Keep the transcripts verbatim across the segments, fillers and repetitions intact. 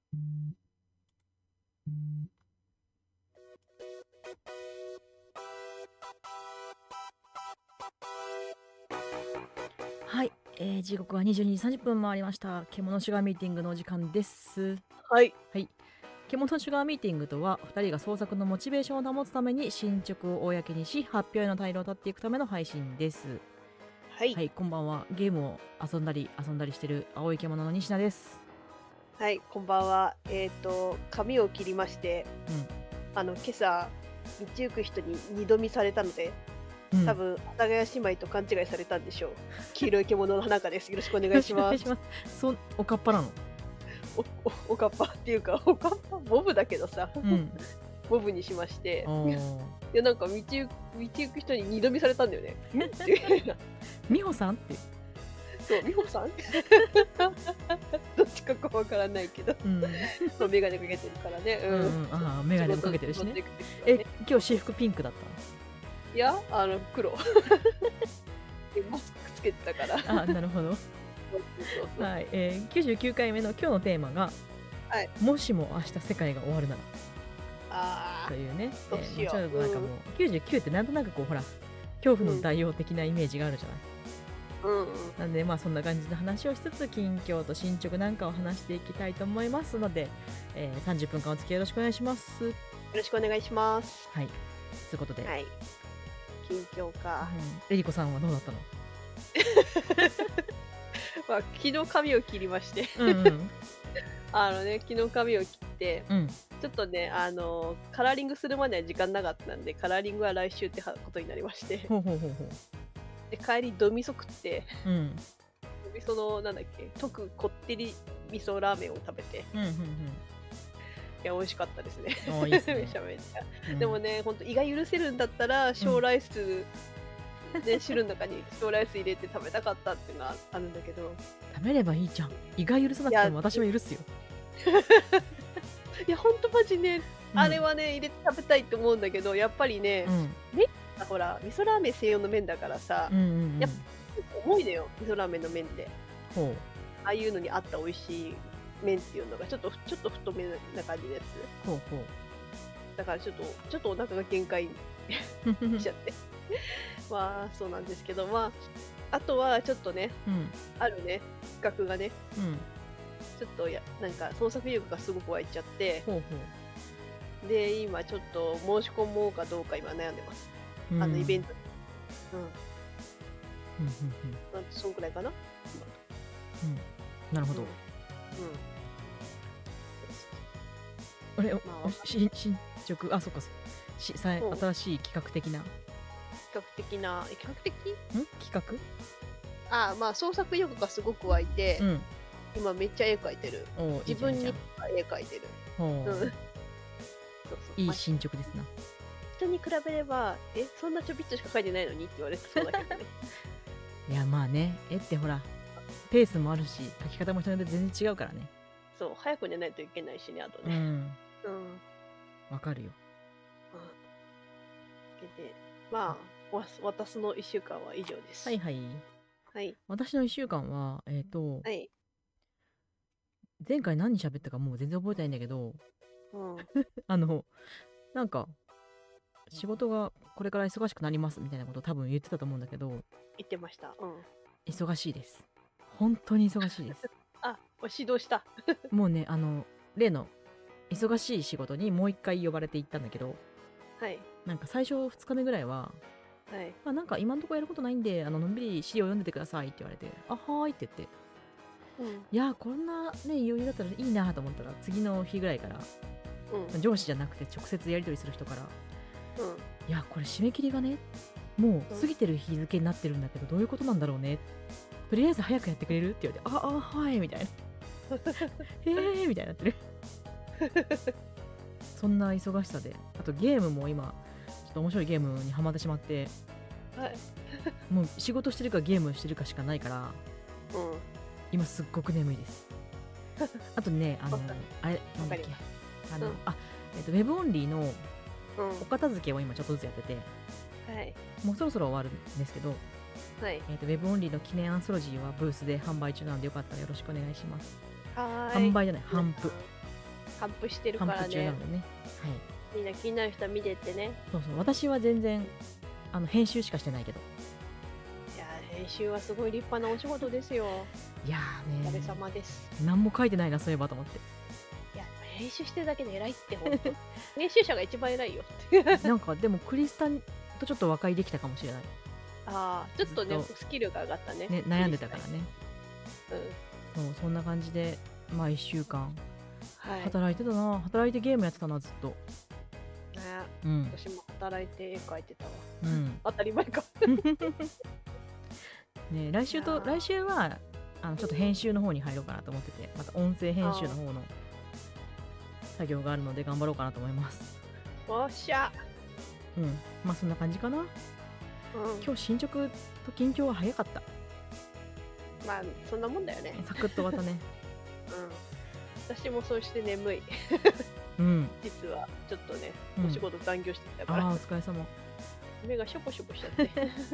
はい、えー、時刻はにじゅうにじさんじゅっぷん回りました。獣シュガーミーティングのお時間です。 はい。 はい。獣シュガーミーティングとは、ふたりが創作のモチベーションを保つために進捗を公にし、発表への退路を断っていくための配信です。 はい。 はい、こんばんは。ゲームを遊んだり遊んだりしてる青い獣の西名です。 はい、こんばんは。えっ、と、髪を切りまして、あの、今朝、道行く人に二度見されたので、 うん。うん。 多分、阿佐ヶ谷姉妹と勘違いされたんでしょう。黄色い獣の花香です。よろしくお願いよろしします。 くお願いします。そん、おかっぱなの。 お、お、おかっぱっていうか、おかっぱ、ボブだけどさ、 うん。 ボブにしまして。 おいー。 や、なんか道行く、道行く人に二度見されたんだよね。んっていう。 美穂さんって。 そう、美穂さんどっちかかわからないけど、 うん。 そうメガネかけてるからね。 うんうん。 うん。ああ、メガネもかけてるしね。 仕事仕事行く時はえ、 ね。 今日私服ピンクだっいや、あの、黒。で、マスクつけてたから。 たあ、なるほど。 そうそうそう。 はい、えー、きゅうじゅうきゅうかいめの今日のテーマが、 はい。 もしも明日世界が終わるならああ、 というね、えー、 どうしよまあちょっとう。うん。 なんかもうきゅうじゅうきゅうってなんとなくこうほら恐怖のうん。 代表的なイメージがあるじゃない。 うんうん。 なんでまあそんな感じの話をしつつ近況と進捗なんかを話していきたいと思いますので、えー、さんじゅっぷんかんお付き合いよろしくお願いします。 よろしくお願いします。 はい、ということで、 はい。近況か。 うん、えりこさんはどうだったの？ まあ、昨日髪を切りまして。 うんうんあのね、昨日髪を切って、 うんちょっとね、あの、カラーリングするまでは時間なかったんで、カラーリングは来週ってはことになりまして。 ほうほうほうほう。 で、帰りドミソ食って、 うんドミソのなんだっけ、溶くこってり味噌ラーメンを食べて、 うんうんうん。 いや、美味しかったですね。 ああいいっすねめちゃめちゃ。 うんでもね、ほんと胃が許せるんだったら、小ライス、ね、汁の中に小ライス入れて食べたかったっていうのはあるんだけど。 食べればいいじゃん。胃が許さなくいや、 ても私は許すよ。 いや、ほんとマジね、 うんあれはね、入れて食べたいって思うんだけど、やっぱりね、 うん麺がほら、味噌ラーメン専用の麺だからさ、 うんうんうん。 やっぱ重いのよ、味噌ラーメンの麺って。 ほうああいうのに合った美味しい麺っていうのが、ちょっとちょっと太めな感じのやつ。 ほうほう。 だからちょっとちょっとお腹が限界しちゃって。まあ、そうなんですけど、まあ、あとはちょっとね、 うんあるね、企画がね、 うんちょっとやなんか創作意欲がすごく湧いちゃって、 ほうほで、今ちょっと申し込もうかどうか今悩んでます。 う。うんあのイベントに。うん。 うんうんなんそんくらいかな？ うんうん。なるほ今の。 ど。 うん。うん。 あれ、 まあ、 おし進捗、あ、そっかそっか。しさいそう、 新しい企画的な。ん比較的な比較的？ 企画？ ああ、まあ、創作意欲がすごく湧いて、 うん。 今めっちゃ絵描いてる。 おお、いい自分にじゃんいいじゃん。 絵描いてる。 ほうん。そうう。 そう。 いいまあ、 進捗ですな。 人に比べれば、え、そんなちょびっとしか描いてないのにって言われてそうだけどね。 いやまあね、絵ってほらペースもあるし描き方も人によって全然違うからね。 そう、早く寝ないといけないしね、あとね。 うん。 うん。 わかるよ。 まあ、で、まあ、わ私のいっしゅうかんは以上です。 はいはい。 はい。 私のいっしゅうかんはえっとはい。 前回何喋ったかもう全然覚えてないんだけど、 うん。 あのなんか仕事がこれから忙しくなりますみたいなことを多分言ってたと思うんだけど、 言ってました。うん。 忙しいです。本当に忙しいです。 あ、指導した。 もうね、あの、例の忙しい仕事にもう一回呼ばれて行ったんだけど、 はい。 なんか最初ふつかめぐらいは、 はい。 あ、なんか今んとこやることないんで、あの、のんびり資料読んでてくださいって言われて、あ、はーいって言って、 うん。 いやー、こんなね、余裕だったらいいなと思ったら、次の日ぐらいから、 うん。 上司じゃなくて直接やり取りする人から、 うん。 いや、これ締め切りがね、もう過ぎてる日付になってるんだけど、どういうことなんだろうね。とりあえず早くやってくれるって言われて、あ、あ、はい、みたいな。へーみたいになってる。そんな忙しさで、あとゲームも今、ちょっと面白いゲームにハマってしまって、 はい。 もう仕事してるかゲームしてるかしかないから、 うん。 今すっごく眠いです。あとね、あのわかる、 あれ、なんだっけわかりま、 あの、 うん。 あ、えっと、ウェブオンリーのうん。 お片付けを今ちょっとずつやってて、 はい。 もうそろそろ終わるんですけど、 はい。 えっと、ウェブオンリーの記念アンソロジーはブースで販売中なのでよかったらよろしくお願いします。 はーい。 販売じゃない、販布。 反復してる反からね。 復中なのでね。はい。 みんな気になる人は見てってね。 そうそう。私は全然あの編集しかしてないけど。 いやー、編集はすごい立派なお仕事ですよ。 いやお疲れーね様です。 ー、何も書いてないなそういえばと思って。 いや、編集してるだけで偉いってほんと。編集者が一番偉いよ。 なんかでもクリスタとちょっと和解できたかもしれない。 ああ、ちょっとね、 ずっスキルが上がったね。 ね、悩んでたからね。 うん。 そう、そんな感じでまあいっしゅうかんはい。 働いてたな。働いてゲームやってたなずっと。 ね、 うん私も働いて絵描いてたわ。 うん当たり前か。 ね、来週といやー来週はあのちょっと編集の方に入ろうかなと思ってて、また音声編集の方の作業があるので頑張ろうかなと思います。 おっしゃ。 うん、まあそんな感じかな。 うん。 今日進捗と近況は早かった。 まあ、そんなもんだよね。 サクッと終わったね。 うん。私もそうして眠い。 うん。 実は、ちょっとね、 うんお仕事残業してきたから、 ああ、お疲れ様。 目がしょぼしょぼしちゃって。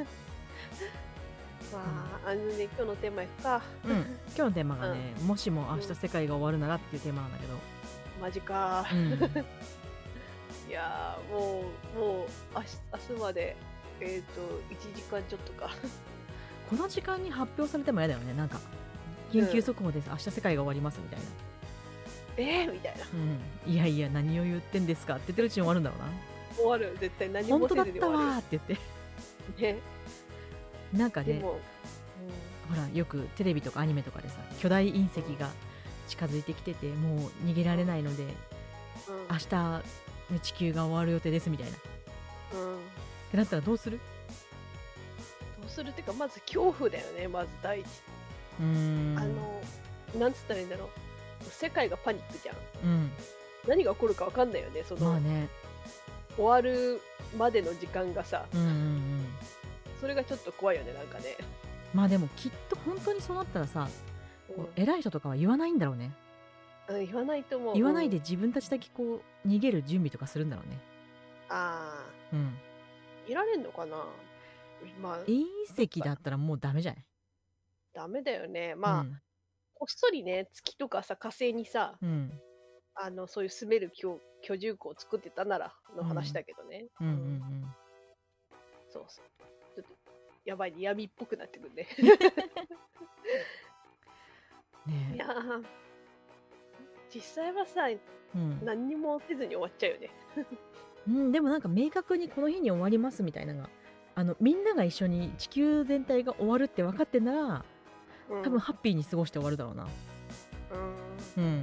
まあ、あのね、今日のテーマいくか。 うん。今日のテーマがね、もしも明日世界が終わるならっていうテーマなんだけど。 マジか。 うん。 いやー、もう、もう、明日明日まで、えっ、と、いちじかんちょっとか。 この時間に発表されても嫌だよね。なんか緊急速報です、明日世界が終わりますみたいな。 えーみたいな。 うん。いやいや何を言ってんですかって言ってるうちに終わるんだろうな。 終わる。絶対何も本当だったせずに終わる。 わーって言ってね。 なんかね、 でも、 ほらよくテレビとかアニメとかでさ、巨大隕石が近づいてきててもう逃げられないので、 うん。 明日、ね、地球が終わる予定ですみたいなっうん。うん。 てなったらどうする？ どうするっていうか、まず恐怖だよね、まず第一。 うーんあの、なんつったらいいんだろう。世界がパニックじゃん。 うん何が起こるかわかんないよね。その、 まあね終わるまでの時間がさ、 うんうんうんそれがちょっと怖いよね、なんかね。 まあでもきっと本当にそうなったらさ、こう偉い人とかは言わないんだろうね。 うん、言わないと思う。 言わないでうん、 自分たちだけこう逃げる準備とかするんだろうね。 あうんあ、いられんのかな。まあ、 隕石だったらもうダメじゃない？ ダメだよね。まあ、 うんこっそりね、月とかさ、火星にさ、 うんあの、そういう住める居居住区を作ってたならの話だけどね。 うんうんうんそうそう。ちょっと、やばいね、闇っぽくなってくるね。いねやー、実際はさ、 えうん何にもせずに終わっちゃうよね。 うん、でもなんか明確にこの日に終わりますみたいなのが、あのみんなが一緒に地球全体が終わるって分かってんならうん、 多分ハッピーに過ごして終わるだろうな。 うん。 うん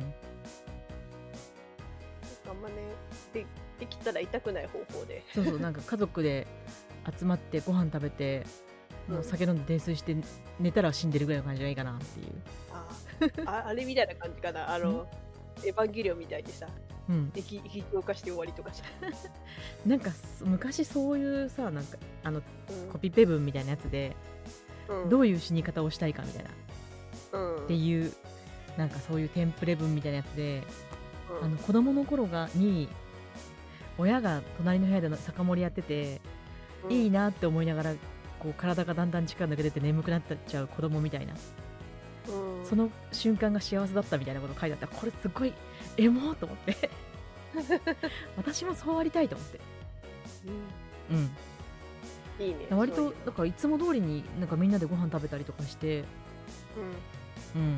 あんまね、でできたら痛くない方法で。 そうそう、なんか家族で集まってご飯食べて、もう酒飲んで泥酔して寝たら死んでるぐらいの感じがいいかなっていう。 ああ、あれみたいな感じかな。あの、エヴァンゲリオンみたいにさ、 うん、 液液状化して終わりとかさ。 なんかす昔そういうさ、なんかあのうんコピペ文みたいなやつで、 うん、 どういう死に方をしたいかみたいな、 うん、 っていうなんかそういうテンプレ文みたいなやつで、 うん、 あの子供の頃がに親が隣の部屋で酒盛りやってて、 うん、 いいなって思いながらこう体がだんだん力抜けてって眠くなっちゃう子供みたいな、 うん、 その瞬間が幸せだったみたいなこと書いてあったら、これすごいエモーと思って私もそうありたいと思って、 うん、 うんいいね。 割そういうとだからいつも通りになんかみんなでご飯食べたりとかして、 うん、 うん、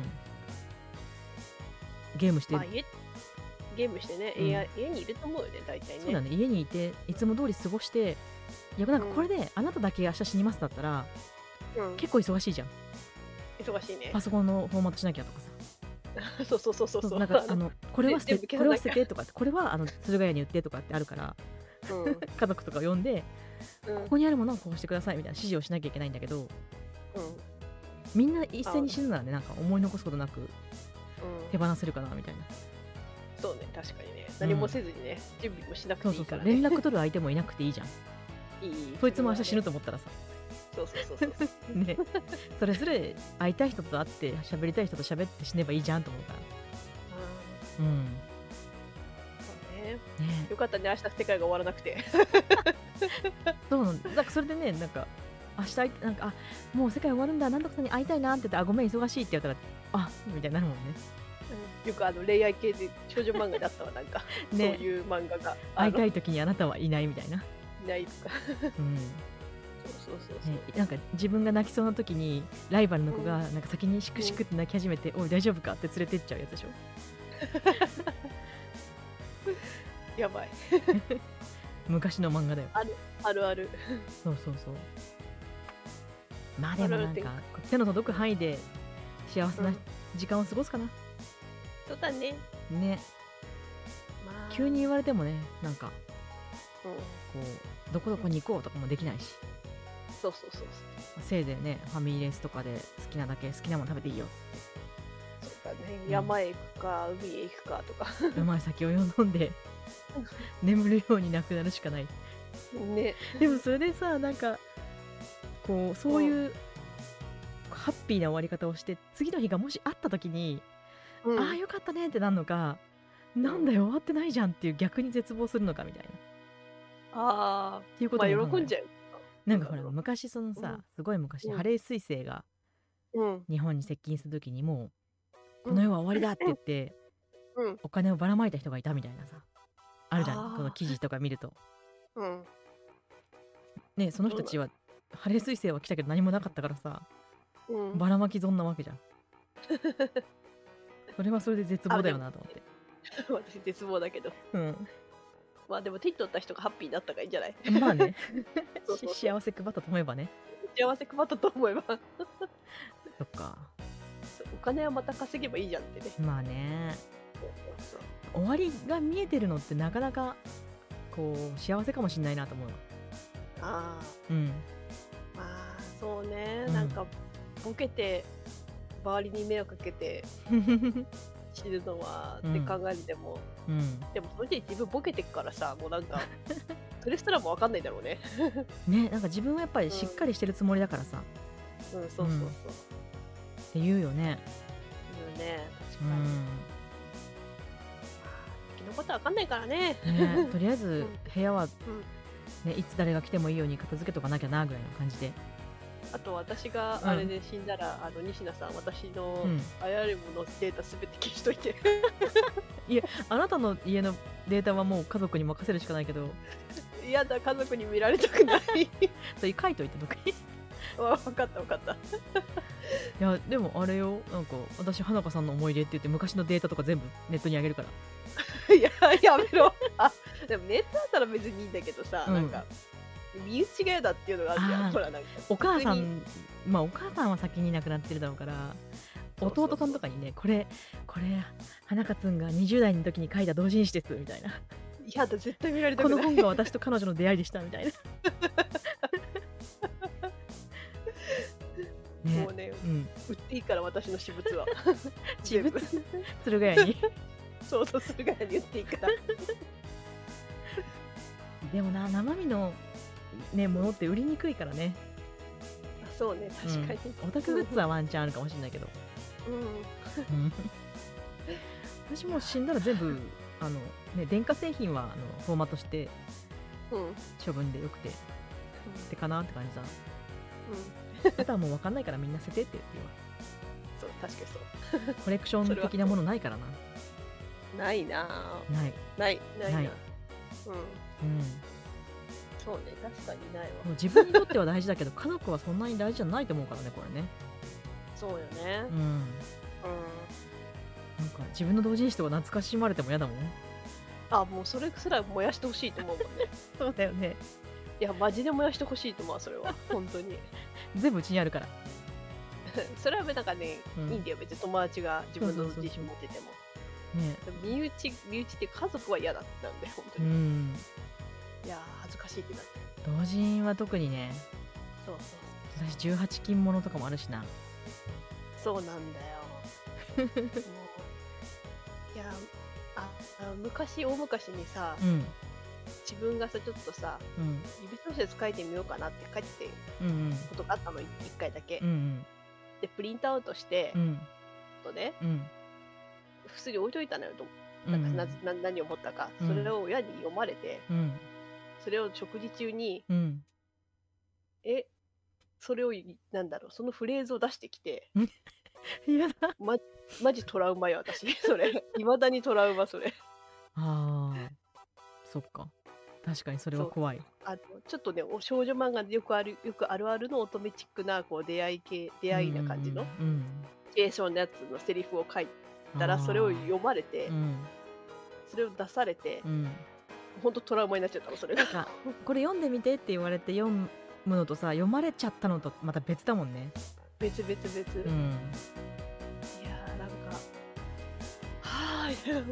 ゲームして、 まあ、家ゲームしてね、 うん家家にいると思うよね、大体ね。 そうだね、家にいていつも通り過ごして、いやなんかこれであなただけ明日死にますだったら、 うん、 結構忙しいじゃん。 忙しいね。 パソコンのフォーマットしなきゃとかさ、 そうそうそうそうそうそう。 なんかあのこれは捨て全部消これはさなきゃ捨ててとかって、これはあの鶴ヶ谷に売ってとかってあるからうん、 家族とか呼んで、 うん、 ここにあるものをこうしてくださいみたいな指示をしなきゃいけないんだけど、 うん、 みんな一斉に死ぬならね、なんか思い残すことなくうん手放せるかなみたいな。 そうね、確かにね。何もせずにね、準備もしなくそうそそう、 ていういからね。 連絡取る相手もいなくていいじゃん。 いい。 そいつも明日死ぬと。 と思ったらさ、 そうそうそうそう。 ね、それぞれ会いたい人と会って喋りたい人と喋って死ねばいいじゃんと思うから。うん。ねそうね。よかったね、明日世界が終わらなくて。 そうなんだ。なんかそれでね、なんか明日会いなんかあもう世界終わるんだ、なんとかさんに会いたいなって言って、あごめん忙しいって言ったら、あみたいになるもんね。 うん、よくあの恋愛系で少女漫画だったわ、なんかそうね、 いう漫画があの会いたい時にあなたはいないみたいな。 いないとか。 うんそうそうそうそね、 う。 なんか自分が泣きそうな時にライバルの子うんがなんか先にシクシクって泣き始めて、おい大丈夫かって連れてっちゃうやつでしょ。 うん、やばい。 昔の漫画だよ。 あるあるある。 そうそうそう。まあであるある展もなんかこう手の届く範囲で幸せなうん、 時間を過ごすかな。 そうだね。 ね、 まあ、 急に言われてもね、なんかうん、 こうどこどこに行こうとかもできないし、 そうそうそうせいぜいねファミレスとかで好きなだけ好きなもの食べていいよっそう。そうだね。 うん山へ行くか、海へ行くかとか。 て、うまい酒を飲んで眠るようになくなるしかない。 ね。 でもそれでさ、なんかこうそういうハッピーな終わり方をして次の日がもしあった時に、 うん、 ああよかったねってなるのか、なんだよ終わってないじゃんっていう逆に絶望するのかみたいなっあていうこあ、まとも考える。 あ喜んじゃう。 なんかほらどうだろ昔そのさ、 うんすごい昔、 うんハレー彗星がうん日本に接近する時にもううんこの世は終わりだって言ってうんお金をばらまいた人がいたみたいなさ、あるじゃん、 あーこの記事とか見るとうんね。その人たちはハレー彗星は来たけど何もなかったからさ、 うんばらまき損なわけじゃん。それはそれで絶望だよなと思って。 私絶望だけど、 うんまあでも手に取った人がハッピーになったからいいんじゃない？ まあねそうそうそうし幸せ配ったと思えばね。 幸せ配ったと思えばそっか。 そうお金はまた稼げばいいじゃんってね。 まあね、 そうそう終わりが見えてるのってなかなかこう幸せかもしんないなと思うわ。 あうんあ、まあそうね、 うんなんかボケて周りに迷惑かけて死ぬのはうんって考えても、 うんでもその時自分ボケてくからさ、もうなんかそれすらもわかんないだろうね。 ね、なんか自分はやっぱりしっかりしてるつもりだからさ、 うん、そうそうそう。 って言うよね。 うんね、確うかに。 ん先のことわかんないからね。 ね、とりあえずうん部屋は、 うんね、いつ誰が来てもいいように片付けとかなきゃなぐらいの感じで。 あと私があれで死んだら、あの西名さん、私のうんあらゆるものデータすべて消しといて。 あなたの家のデータはもう家族に任せるしかないけど、 嫌だ、家族に見られたくない。 それ書いといてとかいわ分かった分かった。 やでもあれよ、なんか私花香さんの思い出って言って昔のデータとか全部ネットにあげるから。 いや、やめろ。あ、でもネットだったら別にいいんだけどさ、 うんなんか、身内が嫌だっていうのがあるじゃん。 あーほら、なんか。 お母さ普通にん、まあお母さんは先に亡くなってるだろうから、 そうそうそう弟さんとかにね、これこれ花香つんがにじゅう代の時に書いた同人誌ですみたいな、 嫌だ、絶対見られたこのくない。 本が私と彼女の出会いでしたみたいなねもうね、 うん、 売っていいから私の私物は。 私物全部鶴ヶ谷にそうそう、するからに売っていいから。 でもな、生身のねものって売りにくいからね。 あそうね、確かに。 うん、オタクグッズはワンチャンあるかもしれないけど、 うん。 うん私も死んだら全部あの、ね、電化製品はあのフォーマットしてうん。うん。 処分でよくてってかなって感じだ。 うん。 あとはもう分かんないからみんな捨ててって言うそう、確かにそう。 わ。コレクション的なものないからな。 ないなぁ。 ない。 ない、ないな。 ないうん。 うん、 そうね、確かにないわ。 もう自分にとっては大事だけど家族はそんなに大事じゃないと思うからねこれね。 そうよね。 うん、 うん。 なんか自分の同人誌とか懐かしまれても嫌だもん。 あ、もうそれすら燃やしてほしいと思うもんね。 そうだよね。 いや、マジで燃やしてほしいと思うわ、それは。本当に。 全部うちにあるから。 それはなんかね、 うんいいんだよ、別に友達が自分のそうそうそうそう自身持ってても。 ね。 でも身内、身内って家族は嫌だったんで、本当うに。 ん。 いやー、恥ずかしいってなって。 同人は特にね、 そうそう私じゅうはち金ものとかもあるしな。 そう。そうなんだよ。もういやああの昔大昔にさ、 うん自分がさちょっとさうん指小説書いてみようかなって書いてるうんうんことがあったのい一回だけ、 うんでプリントアウトして、 うんとねうん普通に置いといたのよと、 うんなんかなな何を思ったか、 うんそれを親に読まれて、 うんそれを食事中にうんえそれをいなんだろうそのフレーズを出してきて、 やだ。 まマジトラウマよ、私。それ。未だにトラウマ、それ。 ああ、そっか。確かにそれはそう。 怖い。 あの、ちょっとね、お少女漫画でよくあるよくあるあるの乙女チックな、こう、出会い系出うんう会いな感じのんうん。 シチュエーションのやつのセリフを書いうん。 たら、それをあ読まれあ。 て、 うん。 それを出されて、 うん。 ほんとトラウマになっちゃったの、それが。 なんか、これ読んでみてって言われて読むのとさ、読まれちゃったのとまた別だもんね。 別々別。 うん。 いや、なんか、はあ、みたいな。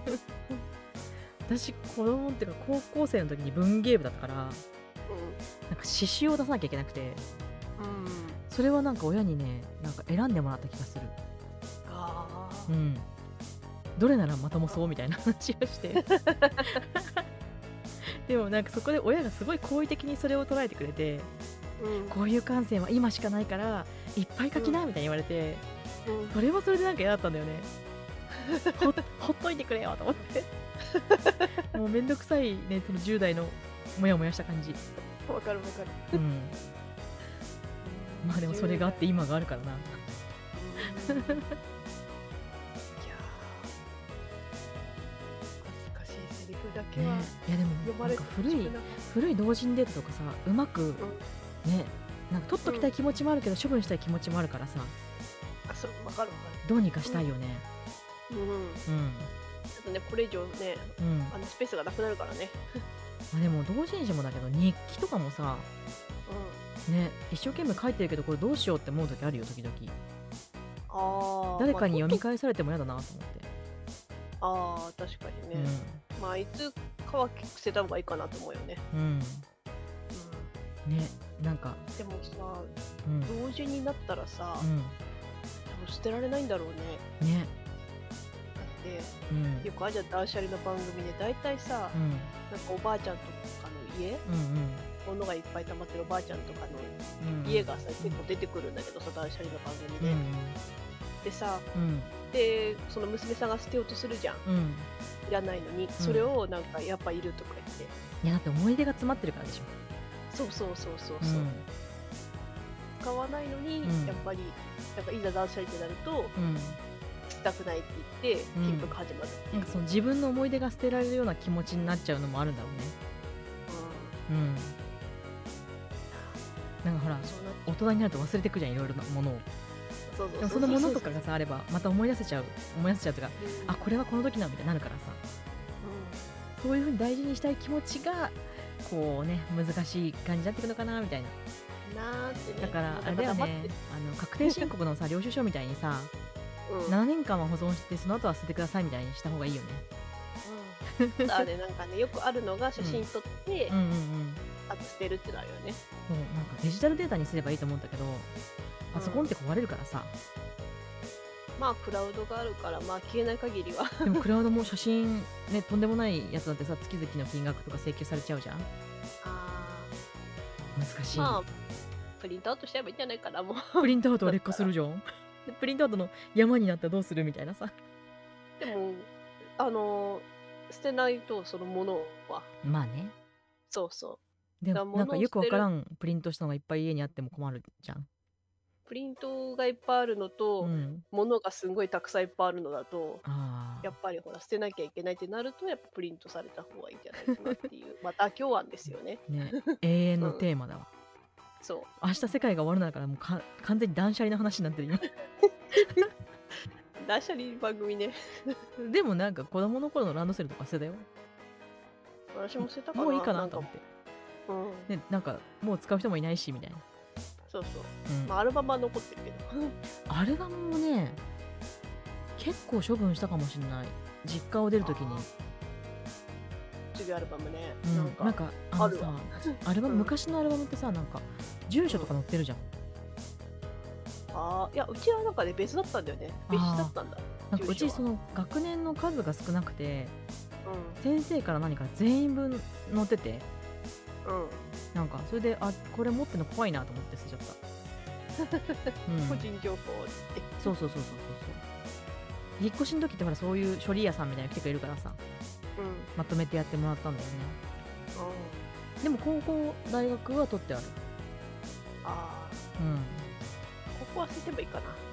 私、子供っていうか高校生の時に文芸部だったから、なんうん。 か詩集を出さなきゃいけなくて、 うん。 それはなんか親にね、なんか選んでもらった気がする。 ああ。 うん。どれならまともそうみたいな話をして。でもなんかそこで親がすごい好意的にそれを捉えてくれて、 うん。 こういう感性は今しかないからいっぱい書きなみたいに言われて、 うん。 それはそれでなんか嫌だったんだよね。ほほっといてくれよと思って。もうめんどくさいね、そのじゅう代のモヤモヤした感じ。 わかるわかる。 うん。まあでもそれがあって今があるからな。 うーん。いや、恥ずかしいセリフだけね、 はいやでもなん読まれてか古いほしくなかっ古い同人データとかさ、うまくた。うん。 ね、なんか取っときたい気持ちもあるけど処分したい気持ちもあるからさ、 あ、そう、わかるわかどうにかしたいよね。 る。うん。 うん。 ちょっとね、これ以上ね、 うん。 あのスペースがなくなるからね。 まあ、でも同人誌もだけど日記とかもさ、 うん。 ね、一生懸命書いてるけどこれどうしようって思う時あるよ時々。 ああ、 誰まあ、 かに読みとっと返されても嫌だなと思って。 ああ、確かにね。まあ、いつかは捨てた方がいいかなと思うよね。 うん。うん。 うね、なんか、 ん。でもさ、 うん。 同時になったらさ、 うん。 多分捨てられないんだろうね。 ね。 だって、 うん。 よくあるじゃん、断捨離の番組で、大体さ、 うん。 なんかおばあちゃんとかの家、 うんうん物がいっぱい溜まってるおばあちゃんとかのうん。 家がさ、結構出てくるんだけどさ、断捨離の番組で。 うんでさ、 うんで、その娘さんが捨てようとするじゃん。 うん。 いらないのに。それをなんか、やっぱいるとか言って。 いやだって思い出が詰まってるからでしょ。 そうそうそうそううそう。 ん。 使わないのに、 うんやっぱり、なんかいざ断捨離ってなると、 うん。 捨てたくないって言って、 うん結局始まるっていう。 なんかその自分の思い出が捨てられるような気持ちになっちゃうのもあるんだろうね。うん。なんかほら、 そうなっ大人になると忘れてくじゃん、いろいろなものを。 そうそうでもそのものとかがさあればまた思い出せちゃう思い出せちゃうとか、 うん、 あこれはこの時なみたいになるからさ、 うそういう風に大事にしたい気持ちがこうね難しい感じになってくるのかなみたいな。 ん、なーってね。 だからもうあれだよ黙ってね、あの確定申告のさ領収書みたいにさうん、 ななねんかんは保存してその後は捨ててくださいみたいにした方がいいよね。 うん、あれなんかね、よくあるのが写真撮って、 うんうんうん。 あと捨てるってなるよね。 そうなんかデジタルデータにすればいいと思うんだけど、パソコンって壊れるからさ、 まあクラウドがあるから、まあ消えない限りは。 でもクラウドも写真ねとんでもないやつだってさ月々の金額とか請求されちゃうじゃん。 あ難しい、 まあプリントアウトしちゃえばいいんじゃないかな、もう。 プリントアウトは劣化するじゃん。でプリントアウトの山になったらどうするみたいなさ。 でも、あの捨てないとそのものは。 まあね。 そうそう。 でだからもなんかよくわから物をんプリントしたのがいっぱい家にあっても困るじゃん。 プリントがいっぱいあるのと、 うん。 物がすんごいたくさんいっぱいあるのだと、 ああ。 やっぱりほら捨てなきゃいけないってなると、やっぱプリントされた方がいいんじゃないかなっていう、まあ妥協案ですよね。 ね永遠のテーマだわ。 そう。 明日世界が終わるならからもうか完全に断捨離の話になってるよ。 断捨離番組ね。 でもなんか子供の頃のランドセルとか捨てたよ。 私も捨てたかな。 もういいかななんかと思って。 うん。 ね、なんかもう使う人もいないしみたいな。 そうそう。 うんまあアルバムは残ってるけど。 アルバムもね結構処分したかもしれない。実家を出るときに。 次アルバムね。 うん、 なんかなんかあのさあるわ。 アルバム、 うん昔のアルバムってさなんか住所とか載ってるじゃん。 ああ、いや、うちはなんかね、別だったんだよね。別紙だったんだ。 なんかう住所はちその学年の数が少なくてう先生から何か全員分載ってて、 ん。うん。 なんかそれであこれ持ってるの怖いなと思って捨てちゃった。うん、 個人情報って。 そうそうそうそうそうそう。引っ越しの時ってほらそういう処理屋さんみたいなの来てくれるからさうん。 まとめてやってもらったんだよね。 あでも高校大学は取ってある。 あ。 うん。 ここは捨ててもいいかな。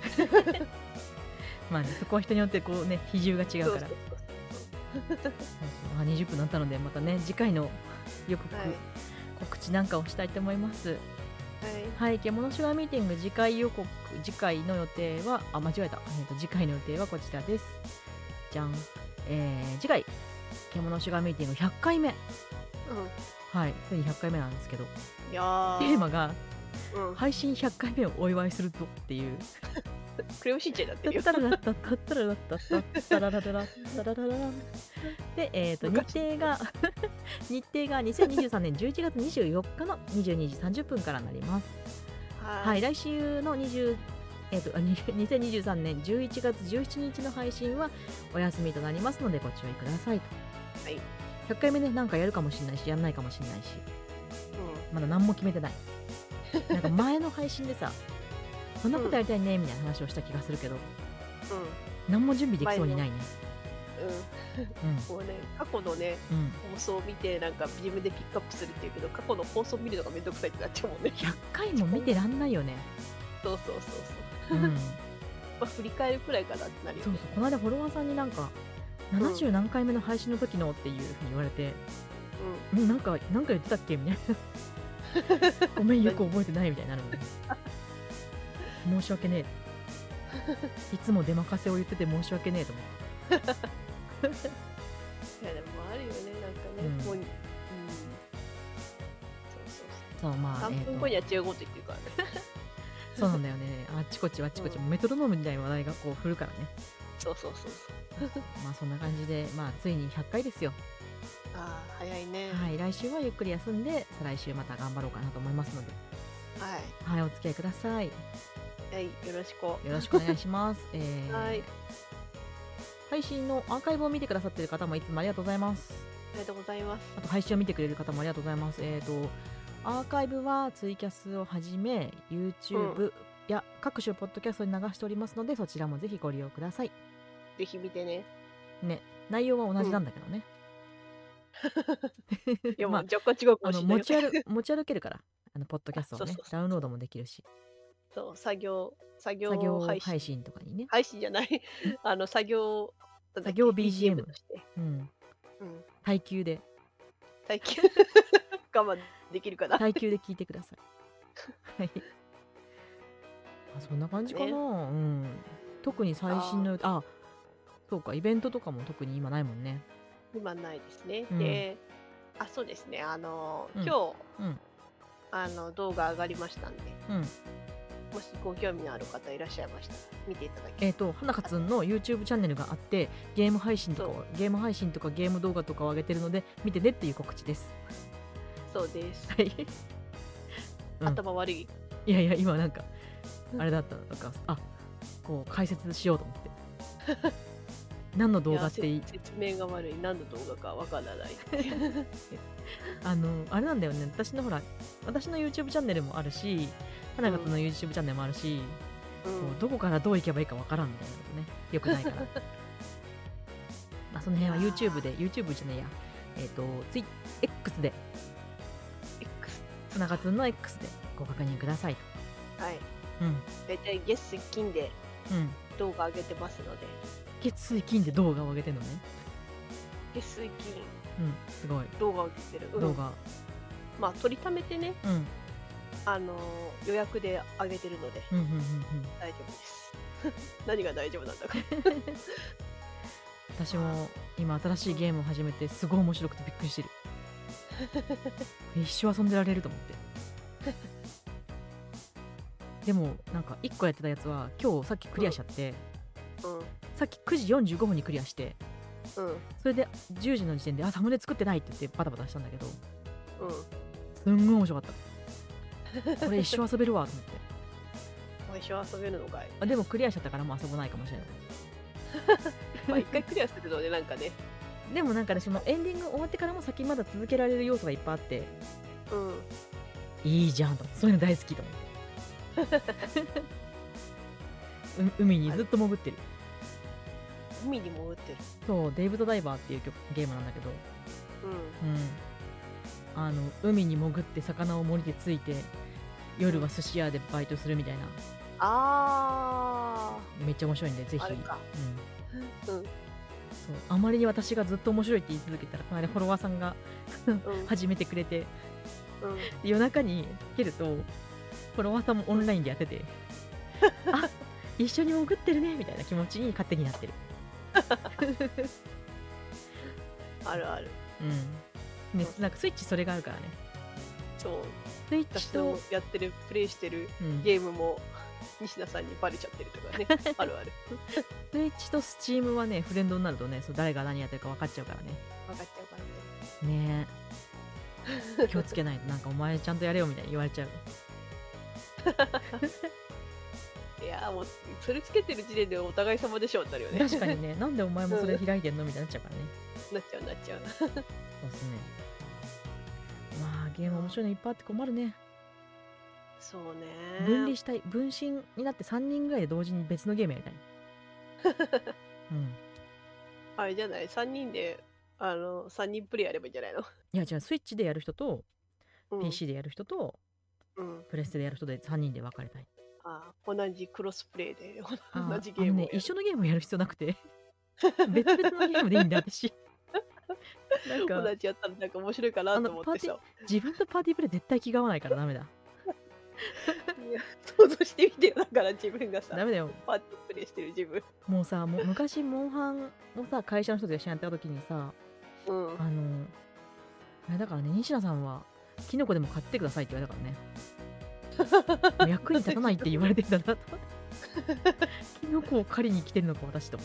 まあね、そこは人によってこうね、比重が違うそうから。 そうそうそうそうあにじゅっぷんになったので、またね、次回の予告、 はい告知なんかをしたいと思います。 はいはい、獣シュガーミーティング次回予告、次回の予定は、あ、間違えた。えーと、次回の予定はこちらです。じゃん。えー、次回、獣シュガーミーティングひゃっかいめ。 うはい、ついにひゃっかいめなんですけど、 んいやーテーマが、 うん配信ひゃっかいめをお祝いするとっていう。 クレヨンしんちゃんになってるよタッタララッタッタッタララッタッタッタララララッタララララで、えーと、日昔程が日程がにせんにじゅうさんねんじゅういちがつにじゅうよっかのにじゅうにじさんじゅっぷんからになります。 ははい、来週の20、えーと、あににせんにじゅうさんねんじゅういちがつじゅうしちにちの配信はお休みとなりますのでご注意くださいと。 はいひゃっかいめね、なんかやるかもしれないし、やんないかもしれないし、 うまだ何も決めてない。なんか前の配信でさ、こんなことやりたいねみたいな話をした気がするけど、 んうん何も準備できそうにないね。 うんもうね過去のねうん。うん。 放送を見てなんか自分でピックアップするっていうけど過去の放送見るのがめんどくさいってなっちゃうもんねひゃっかいも見てらんないよね。 そうそうそうそううん。 まあ振り返るくらいかなってなるよねそうそう。この間フォロワーさんになんか、ななじゅう何回目の配信の時のっていうふうに言われて、んなんか、なんか言ってたっけみたいな。ごめん、よく覚えてないみたいになるもんね。申し訳ねえ。いつも出任せを言ってて申し訳ねえと思って。 うんいやでもあるよねなんかね、 うんもう、うん、そうそうそう、まあ、 そうさんぷんごには違うこと言ってるからね、 そうなんだよね。あっちこっちあっちこっち、 うメトロノームみたいな話題がこう振るからね。 そうそうそうそうまあそんな感じで、まあついにひゃっかいですよ。 ああ早いねはい、来週はゆっくり休んで、再来週また頑張ろうかなと思いますので、 はいはい、お付き合いください。よはいよろしくろしくお願いします。えーはい配信のアーカイブを見てくださっている方もいつもありがとうございます。 ありがとうございますあと配信を見てくれる方もありがとうございます。えっ、と、アーカイブはツイキャスをはじめ、YouTube や各種ポッドキャストに流しておりますので、そちらもぜひご利用ください。 ぜひ見てねね、内容は同じなんだけどね。 いやもうまあ、 若干違うかあのもしれない持ち歩持ち歩けるから、あのポッドキャストをねあそうそうそうダウンロードもできるし、 そう作業作業作業配信配信とかにね、 配信じゃないあの作業なんだっけ作業 ビージーエムとして、 うん、 うん、 耐久で、 最近我慢できるかな耐久で聞いてください。はい。あ、そんな感じかな。 ねうん。特に最新の、あ、そうか、イベントとかも特に今ないもんね。 今ないですね、 うんであそうですねあの、 うん今日うん。 あの動画上がりましたんでうん。 もしご興味のある方いらっしゃいましたら見ていただけえっ、と、花香つんの YouTube チャンネルがあって、ゲーム配信とかをそうゲーム配信とかゲーム動画とかを上げてるので、見てねっていう告知です。 そうです、 はい。うん頭悪いいやいや、今なんか、あれだったのとか、あ、こう解説しようと思って。何の動画っていいいやせ説明が悪い何の動画かわからないあの、あれなんだよね。私のほら、私の YouTube チャンネルもあるし、花香つんの YouTube チャンネルもあるし、 うこうどこからどう行けばいいかわからんみたいなことね。よくないから。まあ、その辺はいやー YouTube で、YouTube じゃねえや。えっ、と、ツイ X で、 X 花香つんの X でご確認くださいと。 はいうん。 だいたい月水金でうん。 動画上げてますので月水金で動画を上げてんのね。 月水金うん。すごい。 動画を上げてる、うん動画。 まあ取りためてねうん。 あのー予約で上げてるのでうんうんうんうん。 大丈夫です何が大丈夫なんだか私も今新しいゲームを始めてすごい面白くてびっくりしてる。一生遊んでられると思って。でもなんかいっこやってたやつは今日さっきクリアしちゃって、 うんさっきくじよんじゅうごふんにクリアして、 うんそれでじゅうじの時点であサムネ作ってないって言ってバタバタしたんだけど、 うんすんごい面白かった。これ一生遊べるわと思って。 もう一生遊べるのかいあでもクリアしちゃったからもう遊ばないかもしれない。 まあ一回クリアするのでなんかねでもなんかね、そのエンディング終わってからも先まだ続けられる要素がいっぱいあって、 うんいいじゃんと思って、そういうの大好きと思って。う海にずっと潜ってる。 海に潜ってるそう、デイブ・ザ・ダイバーっていう曲ゲームなんだけど、 うんうん。あの、海に潜って魚を森でついて、夜は寿司屋でバイトするみたいなあめっちゃ面白いんで、ぜひ。 あ、あれか。 うん。 うん。 そう。あまりに私がずっと面白いって言い続けたら、この間フォロワーさんがうん。 始めてくれて、 うん。 夜中に蹴ると、フォロワーさんもオンラインでやってて、あ、一緒に潜ってるねみたいな気持ちに勝手になってる。 あるある。 うん。ね、なんかスイッチそれがあるからね。 そう。 スイッチ私のと、 やってる、プレイしてるうん、 ゲームも、西田さんにバレちゃってるとかね。あるある。 スイッチとスチームはね、フレンドになるとね、そう誰が何やってるか分かっちゃうからね。 分かっちゃうからね。 ねえ。気をつけないと、なんかお前ちゃんとやれよみたいに言われちゃう。 いやーもう、それつけてる時点でお互い様でしょってなるよね。 確かにね、なんでお前もそれ開いてんのみたいになっちゃうからね。 なっちゃうなっちゃう。 そうですね。まあ、ゲーム面白いのいっぱいあって困るね。 そうね。 分離したい。分身になってさんにんぐらいで同時に別のゲームやりたい。うん。 あれじゃない ?さん 人で、あの、さんにんプレイやればいいんじゃないの？ いや、違う、スイッチでやる人と、 うん。 ピーシー でやる人と、 うん。 プレステでやる人でさんにんで分かれたい。 あー同じクロスプレイであ同じーあのね、 ゲームをやる。 一緒のゲームをやる必要なくて、別々のゲームでいいんだ、私。なんか、 同じやったらなんか面白いかなあの、 と思ってさ。 パーティー、自分とパーティープレイ絶対気が合わないからダメだ。 いや想像してみてよ。だから自分がさ、 ダメだよ。 パーティープレイしてる自分。 もうさ、もう昔、モンハンをさ、会社の人と一緒にやった時にさ、 うん。 あの、あれだからね、西田さんは、キノコでも買ってくださいって言われたからね。もう役に立たないって言われてんだなと思って。キノコを狩りに来てるのか、私と思って。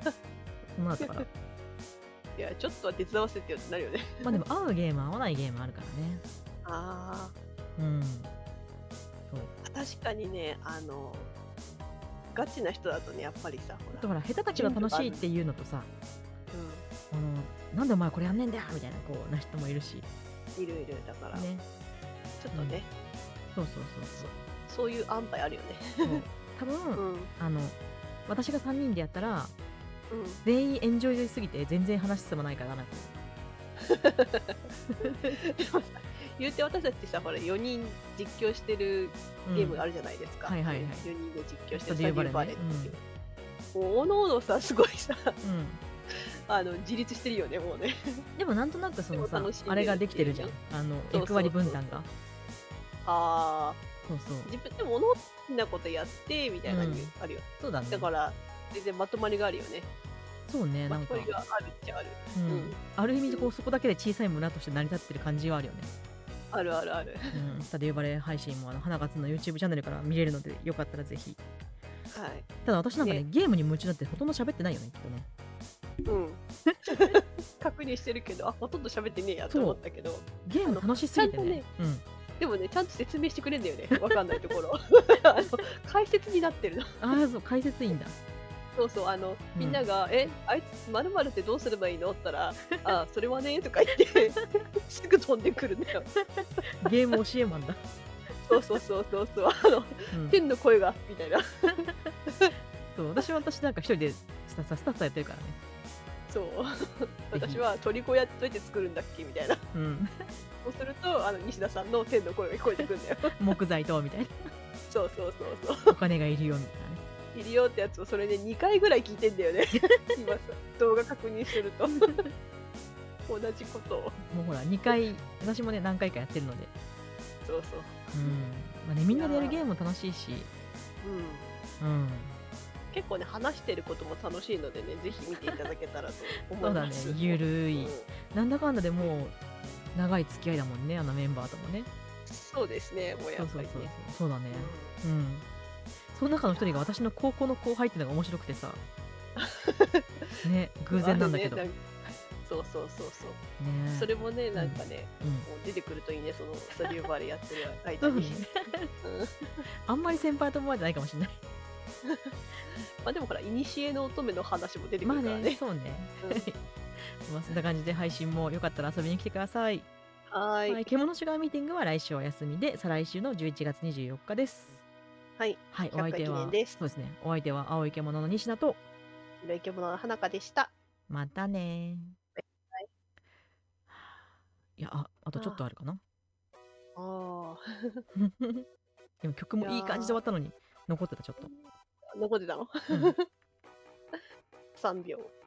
そんなだったから。 いや、ちょっとは手伝わせてよってなるよね。 まあでも、合うゲーム、合わないゲームあるからね。 あうん。そう。 あ、確かにね、あの、ガチな人だとね、やっぱりさ、ほら。 だから、下手だけど楽しいっていうのとさ、 うあの、なんでお前これやんねんだよみたいな、こう、な人もいるし。 ん。いるいる。だから、 ね。 ちょっとね、 そうそうそうそう。 そういう安牌あるよね。 そう多分、 うん。うん。 あの、私がさんにんでやったら、全員エンジョイすぎて全然話進まないからなと。 でもさ、言うて私たちさ、ほら、よにん実況してるゲームあるじゃないですか。 はいはいはいよにんで実況してるスタディーバレーねスタディーバレーっていう。もう、おのおのさ、すごいさ、 うん。 あの、自立してるよね、もうね。 でもなんとなくそのさでも楽しんでるあれができてるじゃん。 ってあのそうそうそう役割分担が。 ああ、 そうそう。 自分でもおの好きなことやって、みたいな感じあるよ。 そうだね。 だから、全然まとまりがあるよね。 そうね、なんかまとまりがあるっちゃある。 ううんん。ある意味こうそこだけで小さい村として成り立ってる感じはあるよね。 あるあるある。 うん。スタディーバレー配信もあの花勝の YouTube チャンネルから見れるのでよかったらぜひ。 はい。 ただ私なんかねねゲームに夢中になってほとんど喋ってないよねきっとね。 うん。確認してるけど、あ、ほとんど喋ってねえやと思ったけど、 ゲーム楽しすぎてね。うん。 でもね、ちゃんと説明してくれんだよね。わかんないところ。あの解説になってるの。 ああそう解説いいんだ。 そうそう、あの、 うんみんなが、え、あいつ、まるまるってどうすればいいのって言ったら、あ、それはね、とか言って、すぐ飛んでくるんだよ。 ゲーム教えマンだ。 そうそうそうそうそう、あの、 うん天の声が、みたいな。 そう私は私なんか一人でスタスタスタスタやってるからね。 そう。私は鳥小屋どうやって作るんだっけみたいな。 うん。 そうすると、あの、西田さんの天の声が聞こえてくるんだよ。 木材とみたいな。 そうそうそうそう。 お金がいるよみたいなね。 いるよってやつをそれでにかいぐらい聞いてんだよね。今さ、動画確認すると。同じことを。 もうほらにかい私もね何回かやってるので。 そうそう。 うん。まあねみんなでやるゲームも楽しいし。 うん。 うん。 結構ね、話してることも楽しいのでね、ぜひ見ていただけたらと思そうだねいます。。 ゆるい、 うんなんだかんだでもう長い付き合いだもんねあのメンバーともね。 そうですね、もうやそうそうそうっぱりね。 そうだね。うん。その中の一人が私の高校の後輩っていうのが面白くてさ。ね偶然なんだけど。ねあれねそうそうそうそう。それもね、なんかね、 うん。 もう出てくるといいね、そのスタディオバレーやってる間そうねに。うんあんまり先輩と思われてないかもしれない。 まあでもほら、いにしえの乙女の話も出てくまあるからね。 ねそうね。まあそんな感じで配信もよかったら遊びに来てください。 はーい。 はい、獣シュガーミーティングは来週お休みで、再来週のじゅういちがつにじゅうよっかです。 はい。 はい、おひゃっかい相手は、 記念ですそうですね、お相手は青い獣の西名と、 白い獣の花香でした。 またねはいいや、あ、あとちょっとあるかな。 ああ。 でも曲もいい感じで終わったのに、 残ってた、ちょっと。 残ってたの？ うん。 さんびょう。